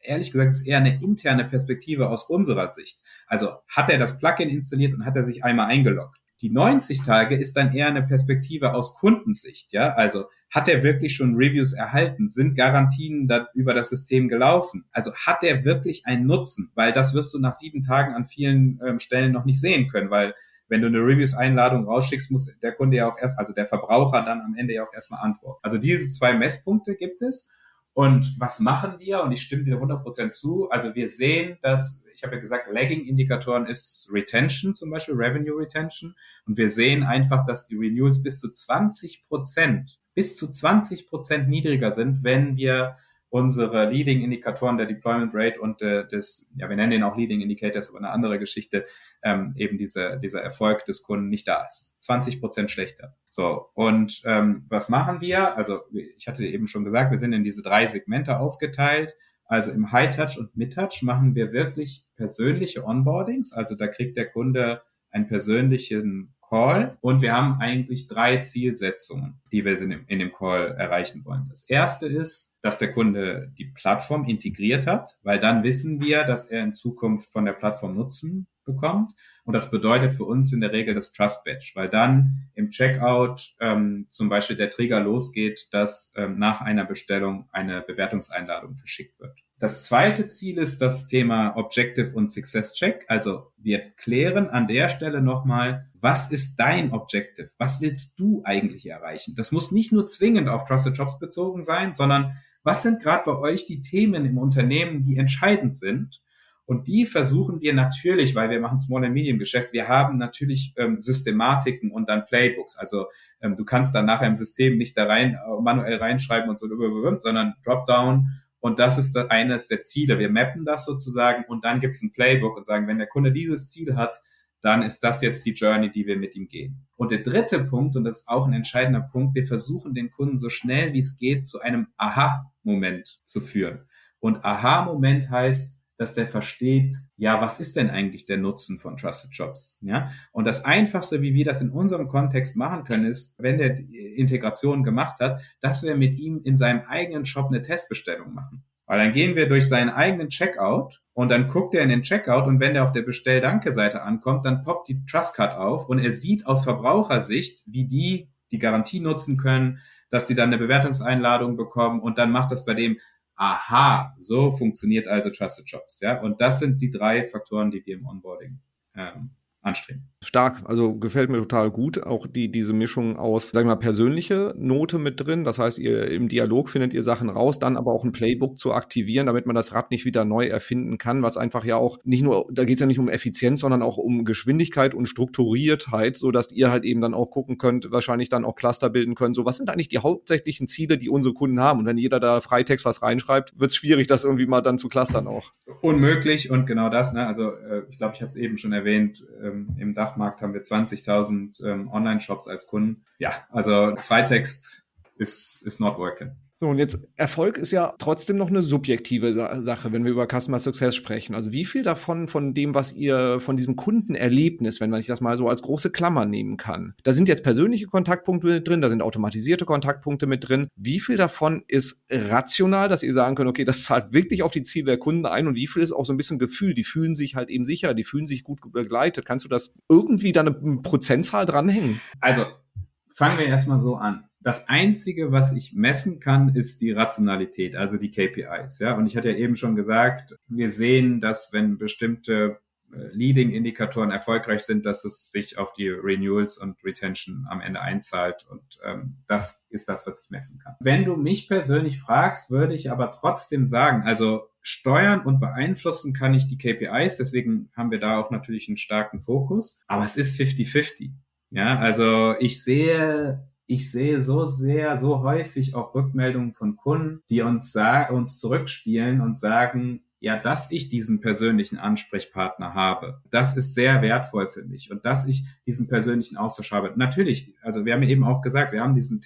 ehrlich gesagt, ist eher eine interne Perspektive aus unserer Sicht. Also hat er das Plugin installiert und hat er sich einmal eingeloggt. Die neunzig Tage ist dann eher eine Perspektive aus Kundensicht, ja. Also hat er wirklich schon Reviews erhalten? Sind Garantien da über das System gelaufen? Also hat er wirklich einen Nutzen? Weil das wirst du nach sieben Tagen an vielen ähm, Stellen noch nicht sehen können, weil wenn du eine Reviews-Einladung rausschickst, muss der Kunde ja auch erst, also der Verbraucher dann am Ende ja auch erstmal antworten. Also diese zwei Messpunkte gibt es. Und was machen wir? Und ich stimme dir hundert Prozent zu. Also wir sehen, dass, ich habe ja gesagt, Lagging-Indikatoren ist Retention, zum Beispiel Revenue Retention. Und wir sehen einfach, dass die Renewals bis zu zwanzig Prozent, bis zu zwanzig Prozent niedriger sind, wenn wir unsere Leading-Indikatoren der Deployment Rate und äh, des, ja, wir nennen den auch Leading Indicators, aber eine andere Geschichte, ähm, eben diese, dieser Erfolg des Kunden nicht da ist. zwanzig Prozent schlechter. So, und ähm, was machen wir? Also ich hatte eben schon gesagt, wir sind in diese drei Segmente aufgeteilt. Also im High-Touch und Mid-Touch machen wir wirklich persönliche Onboardings. Also da kriegt der Kunde einen persönlichen Call und wir haben eigentlich drei Zielsetzungen, die wir in dem, in dem Call erreichen wollen. Das erste ist, dass der Kunde die Plattform integriert hat, weil dann wissen wir, dass er in Zukunft von der Plattform Nutzen bekommt. Und das bedeutet für uns in der Regel das Trust Badge, weil dann im Checkout ähm, zum Beispiel der Trigger losgeht, dass ähm, nach einer Bestellung eine Bewertungseinladung verschickt wird. Das zweite Ziel ist das Thema Objective und Success Check. Also wir klären an der Stelle nochmal, was ist dein Objective? Was willst du eigentlich erreichen? Das muss nicht nur zwingend auf Trusted Shops bezogen sein, sondern was sind gerade bei euch die Themen im Unternehmen, die entscheidend sind? Und die versuchen wir natürlich, weil wir machen Small- and Medium-Geschäft, wir haben natürlich ähm, Systematiken und dann Playbooks. Also ähm, du kannst dann nachher im System nicht da rein äh, manuell reinschreiben und so, sondern Dropdown. Und das ist eines der Ziele. Wir mappen das sozusagen und dann gibt es ein Playbook und sagen, wenn der Kunde dieses Ziel hat, dann ist das jetzt die Journey, die wir mit ihm gehen. Und der dritte Punkt, und das ist auch ein entscheidender Punkt, wir versuchen den Kunden so schnell wie es geht zu einem Aha-Moment zu führen. Und Aha-Moment heißt, dass der versteht, ja, was ist denn eigentlich der Nutzen von Trusted Shops? Ja? Und das Einfachste, wie wir das in unserem Kontext machen können, ist, wenn der die Integration gemacht hat, dass wir mit ihm in seinem eigenen Shop eine Testbestellung machen. Weil dann gehen wir durch seinen eigenen Checkout und dann guckt er in den Checkout und wenn der auf der Bestell-Danke-Seite ankommt, dann poppt die Trustcard auf und er sieht aus Verbrauchersicht, wie die die Garantie nutzen können, dass die dann eine Bewertungseinladung bekommen und dann macht das bei dem, aha, so funktioniert also Trusted Shops, ja. Und das sind die drei Faktoren, die wir im Onboarding ähm, anstreben. Stark, also gefällt mir total gut. Auch die diese Mischung aus, sagen wir mal, persönliche Note mit drin. Das heißt, ihr im Dialog findet ihr Sachen raus, dann aber auch ein Playbook zu aktivieren, damit man das Rad nicht wieder neu erfinden kann, was einfach ja auch nicht nur, da geht es ja nicht um Effizienz, sondern auch um Geschwindigkeit und Strukturiertheit, so dass ihr halt eben dann auch gucken könnt, wahrscheinlich dann auch Cluster bilden könnt. So, was sind eigentlich die hauptsächlichen Ziele, die unsere Kunden haben? Und wenn jeder da Freitext was reinschreibt, wird es schwierig, das irgendwie mal dann zu clustern auch. Unmöglich und genau das, ne? Also äh, ich glaube, ich habe es eben schon erwähnt, ähm, im Dachmarkt haben wir zwanzigtausend ähm, Online-Shops als Kunden. Ja, also Freitext ist, ist not working. So, und jetzt, Erfolg ist ja trotzdem noch eine subjektive Sa- Sache, wenn wir über Customer Success sprechen. Also wie viel davon, von dem, was ihr, von diesem Kundenerlebnis, wenn man sich das mal so als große Klammer nehmen kann, da sind jetzt persönliche Kontaktpunkte mit drin, da sind automatisierte Kontaktpunkte mit drin. Wie viel davon ist rational, dass ihr sagen könnt, okay, das zahlt wirklich auf die Ziele der Kunden ein und wie viel ist auch so ein bisschen Gefühl? Die fühlen sich halt eben sicher, die fühlen sich gut begleitet. Kannst du das irgendwie da eine Prozentzahl dranhängen? Also fangen wir erstmal so an. Das Einzige, was ich messen kann, ist die Rationalität, also die K P Is. Ja, und ich hatte ja eben schon gesagt, wir sehen, dass wenn bestimmte Leading-Indikatoren erfolgreich sind, dass es sich auf die Renewals und Retention am Ende einzahlt. Und ähm, das ist das, was ich messen kann. Wenn du mich persönlich fragst, würde ich aber trotzdem sagen, also steuern und beeinflussen kann ich die K P Is, deswegen haben wir da auch natürlich einen starken Fokus. Aber es ist fifty fifty. Ja, also ich sehe... Ich sehe so sehr, so häufig auch Rückmeldungen von Kunden, die uns sagen, uns zurückspielen und sagen, ja, dass ich diesen persönlichen Ansprechpartner habe, das ist sehr wertvoll für mich und dass ich diesen persönlichen Austausch habe. Natürlich, also wir haben eben auch gesagt, wir haben diesen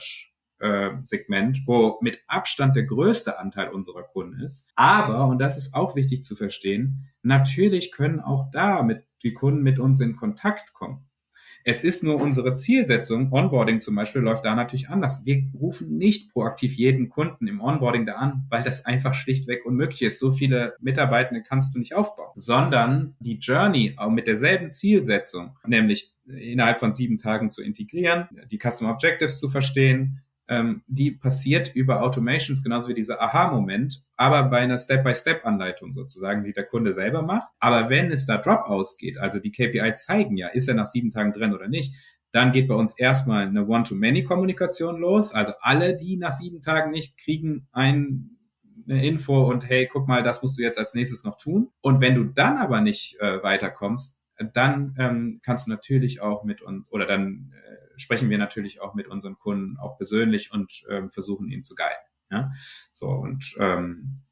Tech-Touch-Segment, wo mit Abstand der größte Anteil unserer Kunden ist. Aber, und das ist auch wichtig zu verstehen, natürlich können auch da mit die Kunden mit uns in Kontakt kommen. Es ist nur unsere Zielsetzung, Onboarding zum Beispiel läuft da natürlich anders. Wir rufen nicht proaktiv jeden Kunden im Onboarding da an, weil das einfach schlichtweg unmöglich ist. So viele Mitarbeitende kannst du nicht aufbauen, sondern die Journey auch mit derselben Zielsetzung, nämlich innerhalb von sieben Tagen zu integrieren, die Customer Objectives zu verstehen, ähm, die passiert über Automations, genauso wie dieser Aha-Moment, aber bei einer Step-by-Step-Anleitung sozusagen, die der Kunde selber macht. Aber wenn es da Dropouts geht, also die K P Is zeigen ja, ist er nach sieben Tagen drin oder nicht, dann geht bei uns erstmal eine One-to-Many-Kommunikation los. Also alle, die nach sieben Tagen nicht kriegen, ein, eine Info und hey, guck mal, das musst du jetzt als nächstes noch tun. Und wenn du dann aber nicht äh, weiterkommst, dann ähm, kannst du natürlich auch mit uns, oder dann äh, sprechen wir natürlich auch mit unseren Kunden auch persönlich und ähm, versuchen ihn zu guiden. Ja? So, und ähm,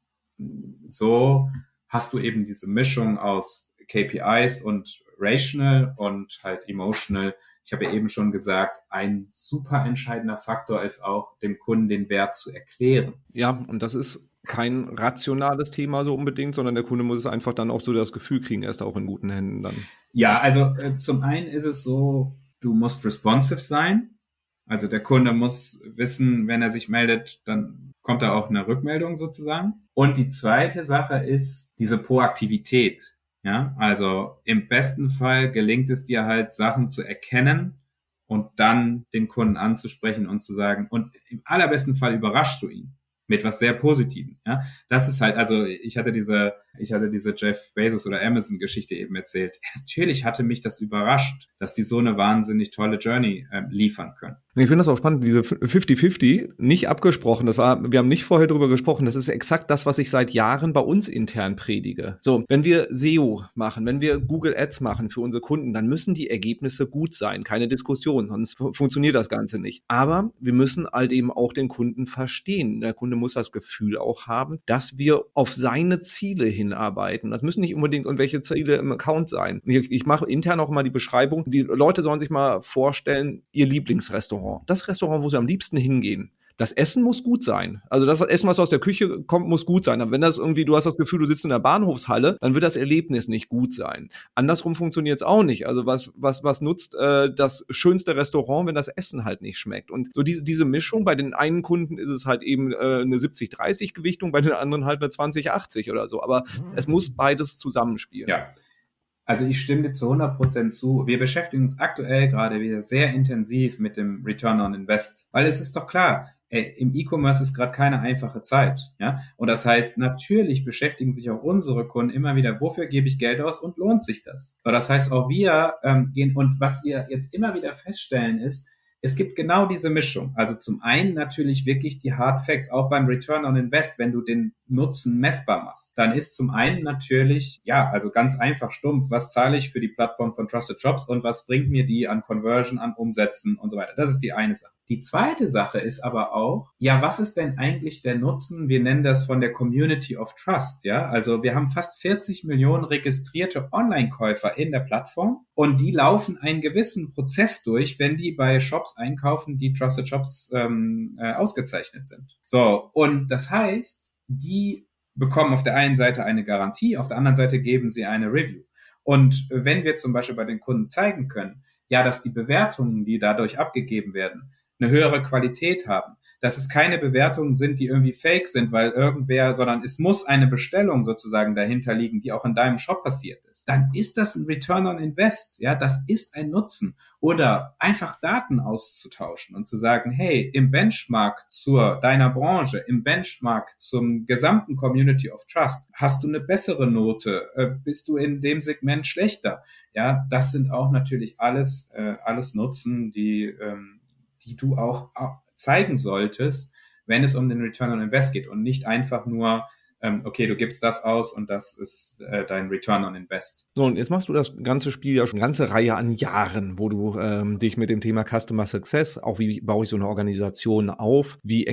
so hast du eben diese Mischung aus K P Is und Rational und halt Emotional. Ich habe ja eben schon gesagt, ein super entscheidender Faktor ist auch, dem Kunden den Wert zu erklären. Ja, und das ist kein rationales Thema so unbedingt, sondern der Kunde muss es einfach dann auch so das Gefühl kriegen, er ist auch in guten Händen dann. Ja, also äh, zum einen ist es so, du musst responsive sein. Also der Kunde muss wissen, wenn er sich meldet, dann kommt da auch eine Rückmeldung sozusagen. Und die zweite Sache ist diese Proaktivität. Ja, also im besten Fall gelingt es dir halt, Sachen zu erkennen und dann den Kunden anzusprechen und zu sagen, und im allerbesten Fall überraschst du ihn mit was sehr Positivem. Ja, das ist halt, also ich hatte diese, ich hatte diese Jeff Bezos oder Amazon Geschichte eben erzählt. Ja, natürlich hatte mich das überrascht, dass die so eine wahnsinnig tolle Journey äh, liefern können. Ich finde das auch spannend, diese fünfzig fünfzig, nicht abgesprochen, das war, wir haben nicht vorher drüber gesprochen, das ist exakt das, was ich seit Jahren bei uns intern predige. So, wenn wir S E O machen, wenn wir Google Ads machen für unsere Kunden, dann müssen die Ergebnisse gut sein, keine Diskussion, sonst funktioniert das Ganze nicht. Aber wir müssen halt eben auch den Kunden verstehen. Der Kunde muss das Gefühl auch haben, dass wir auf seine Ziele hinarbeiten. Das müssen nicht unbedingt irgendwelche Ziele im Account sein. Ich, ich mache intern auch mal die Beschreibung, die Leute sollen sich mal vorstellen, ihr Lieblingsrestaurant. Das Restaurant, wo sie am liebsten hingehen. Das Essen muss gut sein. Also das Essen, was aus der Küche kommt, muss gut sein. Aber wenn das irgendwie, du hast das Gefühl, du sitzt in der Bahnhofshalle, dann wird das Erlebnis nicht gut sein. Andersrum funktioniert es auch nicht. Also was, was, was nutzt äh, das schönste Restaurant, wenn das Essen halt nicht schmeckt? Und so diese, diese Mischung, bei den einen Kunden ist es halt eben äh, eine siebzig dreißig Gewichtung, bei den anderen halt eine zwanzig achtzig oder so. Aber mhm. es muss beides zusammenspielen. Ja. Also ich stimme dir zu hundert Prozent zu. Wir beschäftigen uns aktuell gerade wieder sehr intensiv mit dem Return on Invest, weil es ist doch klar, ey, im E-Commerce ist gerade keine einfache Zeit, ja. Und das heißt, natürlich beschäftigen sich auch unsere Kunden immer wieder, wofür gebe ich Geld aus und lohnt sich das? So, das heißt, auch wir ähm, gehen, und was wir jetzt immer wieder feststellen ist, es gibt genau diese Mischung. Also zum einen natürlich wirklich die Hard Facts, auch beim Return on Invest, wenn du den Nutzen messbar machst. Dann ist zum einen natürlich, ja, also ganz einfach stumpf, was zahle ich für die Plattform von Trusted Shops und was bringt mir die an Conversion, an Umsätzen und so weiter. Das ist die eine Sache. Die zweite Sache ist aber auch, ja, was ist denn eigentlich der Nutzen? Wir nennen das von der Community of Trust, ja. Also wir haben fast vierzig Millionen registrierte Online-Käufer in der Plattform und die laufen einen gewissen Prozess durch, wenn die bei Shops einkaufen, die Trusted Shops ähm, äh, ausgezeichnet sind. So, und das heißt, die bekommen auf der einen Seite eine Garantie, auf der anderen Seite geben sie eine Review. Und wenn wir zum Beispiel bei den Kunden zeigen können, ja, dass die Bewertungen, die dadurch abgegeben werden, eine höhere Qualität haben, dass es keine Bewertungen sind, die irgendwie fake sind, weil irgendwer, sondern es muss eine Bestellung sozusagen dahinter liegen, die auch in deinem Shop passiert ist, dann ist das ein Return on Invest, ja, das ist ein Nutzen. Oder einfach Daten auszutauschen und zu sagen, hey, im Benchmark zur deiner Branche, im Benchmark zum gesamten Community of Trust, hast du eine bessere Note, äh, bist du in dem Segment schlechter? Ja, das sind auch natürlich alles, äh, alles Nutzen, die, ähm, die du auch zeigen solltest, wenn es um den Return on Invest geht und nicht einfach nur, ähm, okay, du gibst das aus und das ist äh, dein Return on Invest. So, und jetzt machst du das ganze Spiel ja schon eine ganze Reihe an Jahren, wo du ähm, dich mit dem Thema Customer Success, auch wie baue ich so eine Organisation auf, wie exekutiere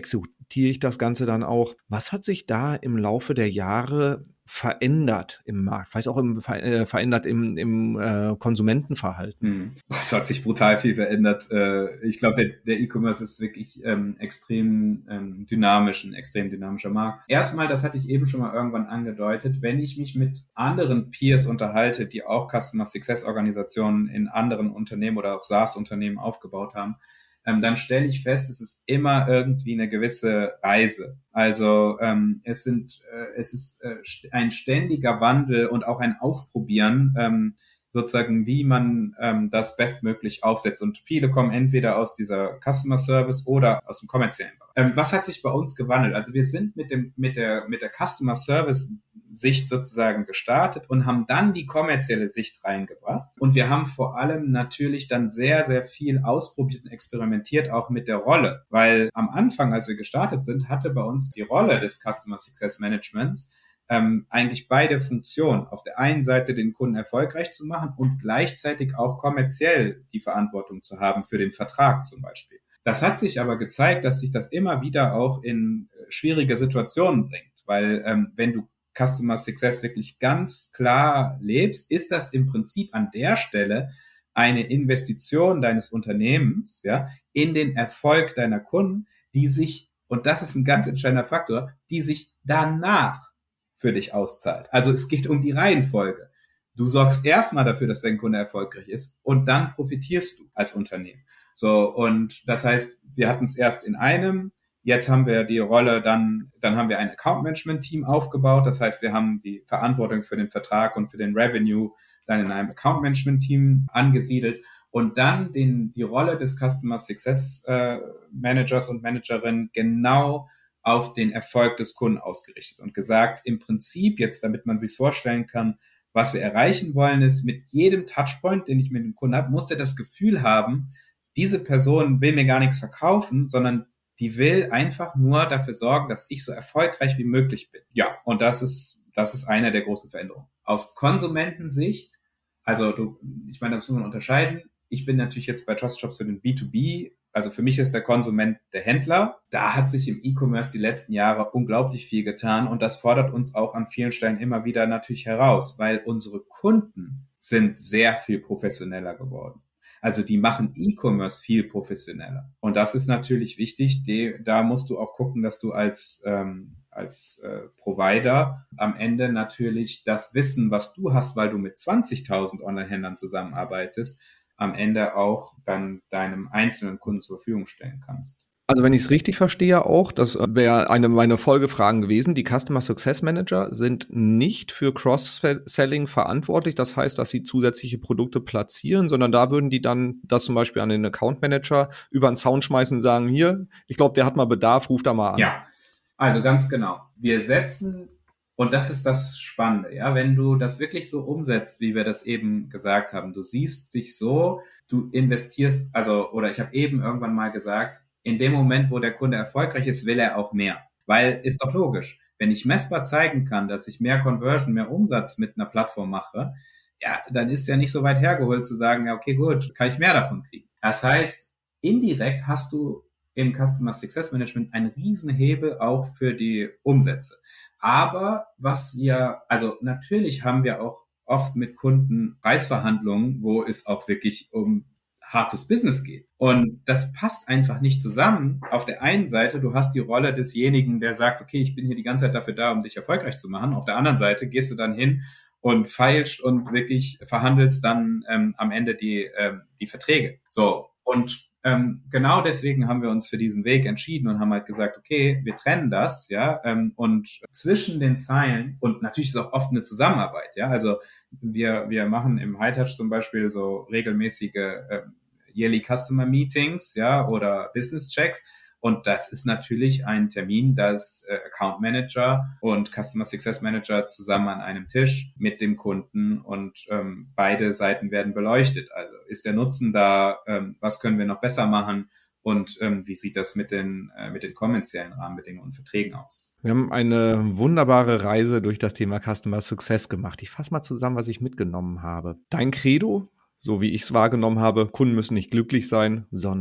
interpretiere ich das Ganze dann auch. Was hat sich da im Laufe der Jahre verändert im Markt? Vielleicht auch im, äh, verändert im, im äh, Konsumentenverhalten? Hm. Es hat sich brutal viel verändert. Äh, ich glaube, der, der E-Commerce ist wirklich ähm, extrem ähm, dynamisch, ein extrem dynamischer Markt. Erstmal, das hatte ich eben schon mal irgendwann angedeutet, wenn ich mich mit anderen Peers unterhalte, die auch Customer Success Organisationen in anderen Unternehmen oder auch SaaS-Unternehmen aufgebaut haben, Ähm, dann stelle ich fest, es ist immer irgendwie eine gewisse Reise. Also ähm, es sind, äh, es ist äh, ein ständiger Wandel und auch ein Ausprobieren, ähm, sozusagen, wie man ähm, das bestmöglich aufsetzt. Und viele kommen entweder aus dieser Customer Service oder aus dem kommerziellen Bereich. Ähm, was hat sich bei uns gewandelt? Also wir sind mit dem mit der mit der Customer Service Sicht sozusagen gestartet und haben dann die kommerzielle Sicht reingebracht. Und wir haben vor allem natürlich dann sehr, sehr viel ausprobiert und experimentiert, auch mit der Rolle. Weil am Anfang, als wir gestartet sind, hatte bei uns die Rolle des Customer Success Managements ähm, eigentlich beide Funktionen. Auf der einen Seite den Kunden erfolgreich zu machen und gleichzeitig auch kommerziell die Verantwortung zu haben für den Vertrag zum Beispiel. Das hat sich aber gezeigt, dass sich das immer wieder auch in schwierige Situationen bringt. Weil ähm, wenn du Customer Success wirklich ganz klar lebst, ist das im Prinzip an der Stelle eine Investition deines Unternehmens, ja, in den Erfolg deiner Kunden, die sich, und das ist ein ganz entscheidender Faktor, die sich danach für dich auszahlt. Also es geht um die Reihenfolge. Du sorgst erstmal dafür, dass dein Kunde erfolgreich ist und dann profitierst du als Unternehmen. So, und das heißt, wir hatten es erst in einem. Jetzt haben wir die Rolle, dann, dann haben wir ein Account-Management-Team aufgebaut. Das heißt, wir haben die Verantwortung für den Vertrag und für den Revenue dann in einem Account-Management-Team angesiedelt und dann den, die Rolle des Customer Success äh, Managers und Managerin genau auf den Erfolg des Kunden ausgerichtet und gesagt, im Prinzip jetzt, damit man sich vorstellen kann, was wir erreichen wollen, ist, mit jedem Touchpoint, den ich mit dem Kunden habe, muss der das Gefühl haben, diese Person will mir gar nichts verkaufen, sondern die will einfach nur dafür sorgen, dass ich so erfolgreich wie möglich bin. Ja, und das ist, das ist eine der großen Veränderungen. Aus Konsumentensicht, also du, ich meine, das muss man unterscheiden. Ich bin natürlich jetzt bei TrustShops für den B zwei B, also für mich ist der Konsument der Händler. Da hat sich im E-Commerce die letzten Jahre unglaublich viel getan und das fordert uns auch an vielen Stellen immer wieder natürlich heraus, weil unsere Kunden sind sehr viel professioneller geworden. Also die machen E-Commerce viel professioneller. Und das ist natürlich wichtig. Die, da musst du auch gucken, dass du als, ähm, als äh, Provider am Ende natürlich das Wissen, was du hast, weil du mit zwanzigtausend Online-Händlern zusammenarbeitest, am Ende auch dann deinem einzelnen Kunden zur Verfügung stellen kannst. Also wenn ich es richtig verstehe auch, das wäre eine meiner Folgefragen gewesen, die Customer Success Manager sind nicht für Cross-Selling verantwortlich, das heißt, dass sie zusätzliche Produkte platzieren, sondern da würden die dann das zum Beispiel an den Account Manager über den Zaun schmeißen und sagen, hier, ich glaube, der hat mal Bedarf, ruf da mal an. Ja, also ganz genau. Wir setzen, und das ist das Spannende, ja, wenn du das wirklich so umsetzt, wie wir das eben gesagt haben, du siehst sich so, du investierst, also, oder ich habe eben irgendwann mal gesagt, in dem Moment, wo der Kunde erfolgreich ist, will er auch mehr. Weil, ist doch logisch, wenn ich messbar zeigen kann, dass ich mehr Conversion, mehr Umsatz mit einer Plattform mache, ja, dann ist ja nicht so weit hergeholt zu sagen, ja, okay, gut, kann ich mehr davon kriegen. Das heißt, indirekt hast du im Customer Success Management einen Riesenhebel auch für die Umsätze. Aber was wir, also natürlich haben wir auch oft mit Kunden Preisverhandlungen, wo es auch wirklich um hartes Business geht. Und das passt einfach nicht zusammen. Auf der einen Seite, du hast die Rolle desjenigen, der sagt, okay, ich bin hier die ganze Zeit dafür da, um dich erfolgreich zu machen. Auf der anderen Seite gehst du dann hin und feilst und wirklich verhandelst dann ähm, am Ende die, ähm, die Verträge. So, und ähm, genau deswegen haben wir uns für diesen Weg entschieden und haben halt gesagt, okay, wir trennen das, ja, ähm, und zwischen den Zeilen, und natürlich ist es auch oft eine Zusammenarbeit, ja, also wir wir machen im Hightouch zum Beispiel so regelmäßige äh, Yearly Customer Meetings, ja, oder Business Checks. Und das ist natürlich ein Termin, dass äh, Account Manager und Customer Success Manager zusammen an einem Tisch mit dem Kunden und ähm, beide Seiten werden beleuchtet. Also ist der Nutzen da, ähm, was können wir noch besser machen und ähm, wie sieht das mit den, äh, mit den kommerziellen Rahmenbedingungen und Verträgen aus? Wir haben eine wunderbare Reise durch das Thema Customer Success gemacht. Ich fasse mal zusammen, was ich mitgenommen habe. Dein Credo, so wie ich es wahrgenommen habe, Kunden müssen nicht glücklich sein, sondern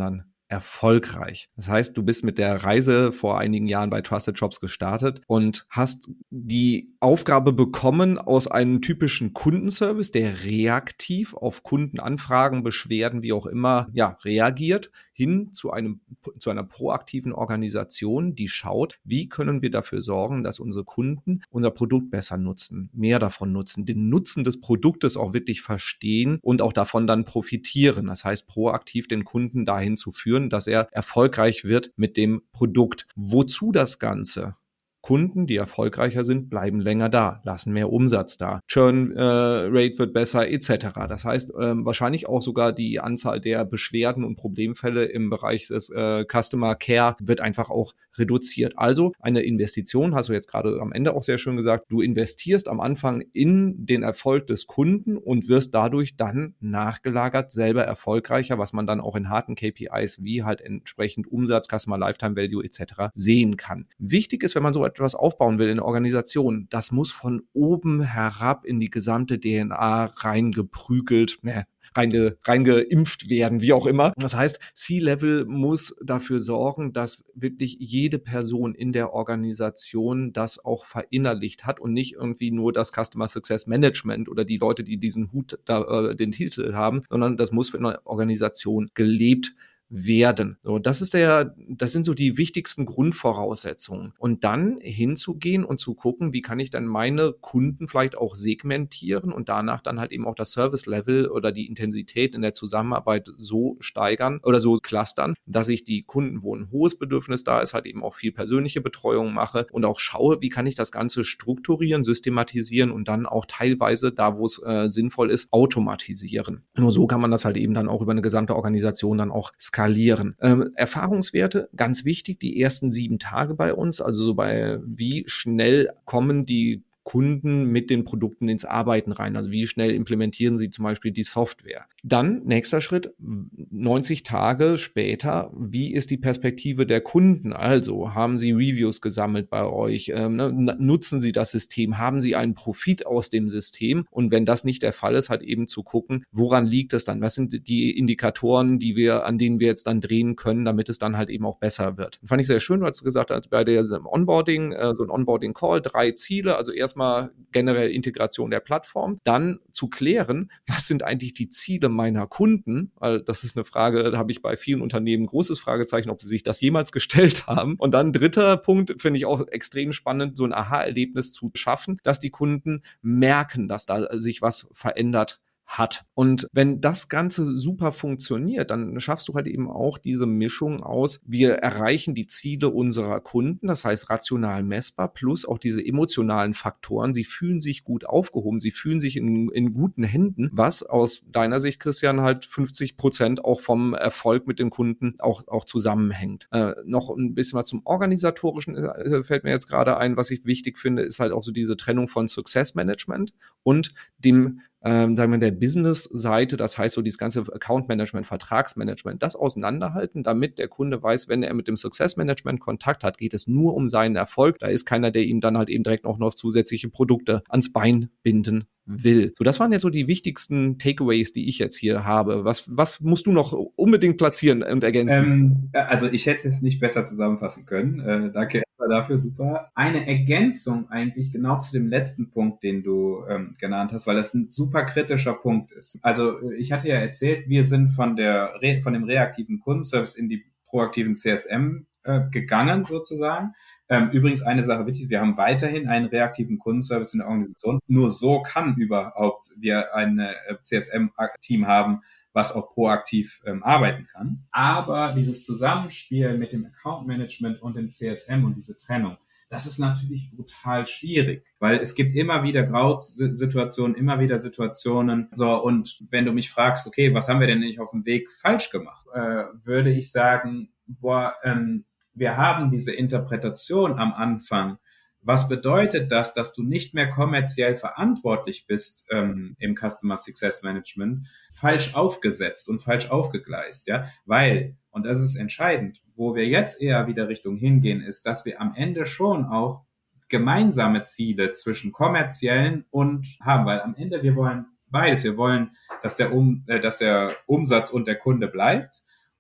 erfolgreich. Das heißt, du bist mit der Reise vor einigen Jahren bei Trusted Shops gestartet und hast die Aufgabe bekommen, aus einem typischen Kundenservice, der reaktiv auf Kundenanfragen, Beschwerden, wie auch immer, ja, reagiert, hin zu einem, zu einer proaktiven Organisation, die schaut, wie können wir dafür sorgen, dass unsere Kunden unser Produkt besser nutzen, mehr davon nutzen, den Nutzen des Produktes auch wirklich verstehen und auch davon dann profitieren. Das heißt, proaktiv den Kunden dahin zu führen, dass er erfolgreich wird mit dem Produkt. Wozu das Ganze? Kunden, die erfolgreicher sind, bleiben länger da, lassen mehr Umsatz da. Churn äh, Rate wird besser et cetera. Das heißt, ähm, wahrscheinlich auch sogar die Anzahl der Beschwerden und Problemfälle im Bereich des äh, Customer Care wird einfach auch reduziert. Also eine Investition, hast du jetzt gerade am Ende auch sehr schön gesagt, du investierst am Anfang in den Erfolg des Kunden und wirst dadurch dann nachgelagert selber erfolgreicher, was man dann auch in harten K P Is wie halt entsprechend Umsatz, Customer Lifetime Value et cetera sehen kann. Wichtig ist, wenn man so etwas aufbauen will in der Organisation, das muss von oben herab in die gesamte D N A reingeprügelt, ne, reinge, reingeimpft werden, wie auch immer. Das heißt, C-Level muss dafür sorgen, dass wirklich jede Person in der Organisation das auch verinnerlicht hat und nicht irgendwie nur das Customer Success Management oder die Leute, die diesen Hut, da, äh, den Titel haben, sondern das muss für eine Organisation gelebt werden. So, das ist der, das sind so die wichtigsten Grundvoraussetzungen. Und dann hinzugehen und zu gucken, wie kann ich dann meine Kunden vielleicht auch segmentieren und danach dann halt eben auch das Service-Level oder die Intensität in der Zusammenarbeit so steigern oder so clustern, dass ich die Kunden, wo ein hohes Bedürfnis da ist, halt eben auch viel persönliche Betreuung mache und auch schaue, wie kann ich das Ganze strukturieren, systematisieren und dann auch teilweise, da wo es äh, sinnvoll ist, automatisieren. Nur so kann man das halt eben dann auch über eine gesamte Organisation dann auch skalieren. Ähm, Erfahrungswerte, ganz wichtig, die ersten sieben Tage bei uns, also so bei wie schnell kommen die Kunden mit den Produkten ins Arbeiten rein. Also wie schnell implementieren sie zum Beispiel die Software. Dann, nächster Schritt, neunzig Tage später, wie ist die Perspektive der Kunden? Also, haben sie Reviews gesammelt bei euch? Ähm, ne, nutzen sie das System? Haben sie einen Profit aus dem System? Und wenn das nicht der Fall ist, halt eben zu gucken, woran liegt es dann? Was sind die Indikatoren, die wir, an denen wir jetzt dann drehen können, damit es dann halt eben auch besser wird? Fand ich sehr schön, du hast gesagt, bei der Onboarding, äh, so ein Onboarding-Call, drei Ziele, also erst mal generell Integration der Plattform, dann zu klären, was sind eigentlich die Ziele meiner Kunden, weil das ist eine Frage, da habe ich bei vielen Unternehmen großes Fragezeichen, ob sie sich das jemals gestellt haben. Und dann dritter Punkt, finde ich auch extrem spannend, so ein Aha-Erlebnis zu schaffen, dass die Kunden merken, dass da sich was verändert hat. Und wenn das Ganze super funktioniert, dann schaffst du halt eben auch diese Mischung aus, wir erreichen die Ziele unserer Kunden, das heißt rational messbar, plus auch diese emotionalen Faktoren. Sie fühlen sich gut aufgehoben, sie fühlen sich in, in guten Händen, was aus deiner Sicht, Christian, halt fünfzig Prozent auch vom Erfolg mit den Kunden auch, auch zusammenhängt. Äh, noch ein bisschen was zum Organisatorischen äh, fällt mir jetzt gerade ein, was ich wichtig finde, ist halt auch so diese Trennung von Success Management und dem Ähm, sagen wir, der Business-Seite, das heißt so dieses ganze Account-Management, Vertragsmanagement, das auseinanderhalten, damit der Kunde weiß, wenn er mit dem Success-Management Kontakt hat, geht es nur um seinen Erfolg. Da ist keiner, der ihm dann halt eben direkt auch noch zusätzliche Produkte ans Bein binden will. So, das waren jetzt so die wichtigsten Takeaways, die ich jetzt hier habe. Was, was musst du noch unbedingt platzieren und ergänzen? Ähm, also ich hätte es nicht besser zusammenfassen können. Äh, danke dafür, super. Eine Ergänzung eigentlich genau zu dem letzten Punkt, den du ähm, genannt hast, weil das ein super kritischer Punkt ist. Also ich hatte ja erzählt, wir sind von der Re- von dem reaktiven Kundenservice in die proaktiven C S M äh, gegangen sozusagen. Ähm, übrigens eine Sache wichtig, wir haben weiterhin einen reaktiven Kundenservice in der Organisation. Nur so kann überhaupt wir ein äh, C S M-Team haben, was auch proaktiv ähm, arbeiten kann. Aber dieses Zusammenspiel mit dem Account Management und dem C S M und diese Trennung, das ist natürlich brutal schwierig, weil es gibt immer wieder Grausituationen, immer wieder Situationen. So, und wenn du mich fragst, okay, was haben wir denn nicht auf dem Weg falsch gemacht, äh, würde ich sagen, boah, ähm, wir haben diese Interpretation am Anfang. Was bedeutet das, dass du nicht mehr kommerziell verantwortlich bist ähm, im Customer Success Management, falsch aufgesetzt und falsch aufgegleist, ja? Weil, und das ist entscheidend, wo wir jetzt eher wieder Richtung hingehen, ist, dass wir am Ende schon auch gemeinsame Ziele zwischen kommerziellen und haben, weil am Ende wir wollen beides. Wir wollen, dass der, um, äh, dass der Umsatz und der Kunde bleibt.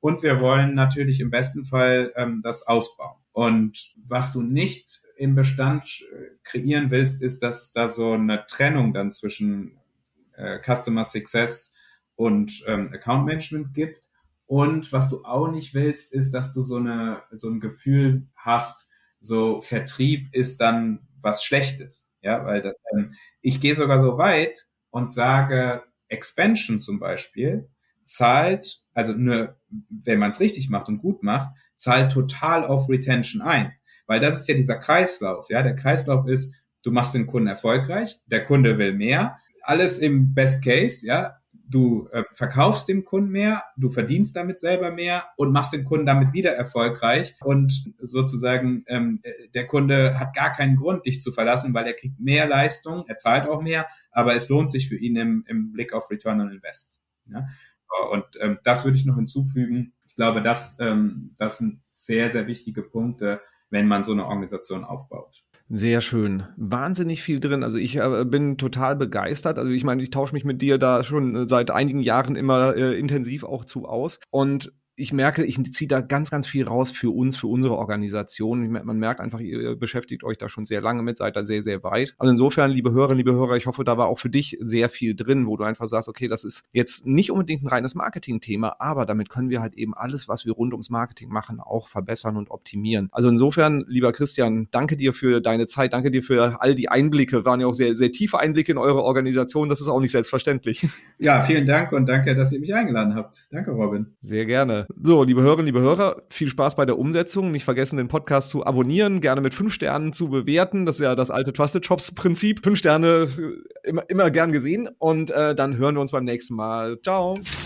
und wir wollen natürlich im besten Fall ähm, das ausbauen. Und was du nicht im Bestand kreieren willst, ist, dass es da so eine Trennung dann zwischen äh, Customer Success und ähm, Account Management gibt. Und was du auch nicht willst, ist, dass du so eine so ein Gefühl hast, so Vertrieb ist dann was Schlechtes. Ja, weil das, ähm, ich gehe sogar so weit und sage, Expansion zum Beispiel zahlt, also nur, wenn man es richtig macht und gut macht, zahlt total auf Retention ein. Weil das ist ja dieser Kreislauf. Ja, der Kreislauf ist, du machst den Kunden erfolgreich, der Kunde will mehr, alles im Best Case, ja. Du äh, verkaufst dem Kunden mehr, du verdienst damit selber mehr und machst den Kunden damit wieder erfolgreich und sozusagen ähm, der Kunde hat gar keinen Grund, dich zu verlassen, weil er kriegt mehr Leistung, er zahlt auch mehr, aber es lohnt sich für ihn im, im Blick auf Return on Invest. Ja? Und ähm, das würde ich noch hinzufügen. Ich glaube, das, ähm, das sind sehr, sehr wichtige Punkte, wenn man so eine Organisation aufbaut. Sehr schön. Wahnsinnig viel drin. Also ich äh, bin total begeistert. Also ich meine, ich tausche mich mit dir da schon seit einigen Jahren immer äh, intensiv auch zu aus. Und ich merke, ich ziehe da ganz, ganz viel raus für uns, für unsere Organisation. Man merkt einfach, ihr beschäftigt euch da schon sehr lange mit, seid da sehr, sehr weit. Also insofern, liebe Hörerinnen, liebe Hörer, ich hoffe, da war auch für dich sehr viel drin, wo du einfach sagst, okay, das ist jetzt nicht unbedingt ein reines Marketing-Thema, aber damit können wir halt eben alles, was wir rund ums Marketing machen, auch verbessern und optimieren. Also insofern, lieber Christian, danke dir für deine Zeit, danke dir für all die Einblicke, waren ja auch sehr, sehr tiefe Einblicke in eure Organisation, das ist auch nicht selbstverständlich. Ja, vielen Dank und danke, dass ihr mich eingeladen habt. Danke, Robin. Sehr gerne. So, liebe Hörerinnen, liebe Hörer, viel Spaß bei der Umsetzung. Nicht vergessen, den Podcast zu abonnieren, gerne mit fünf Sternen zu bewerten. Das ist ja das alte Trusted Shops Prinzip. Fünf Sterne immer, immer gern gesehen. Und äh, dann hören wir uns beim nächsten Mal. Ciao.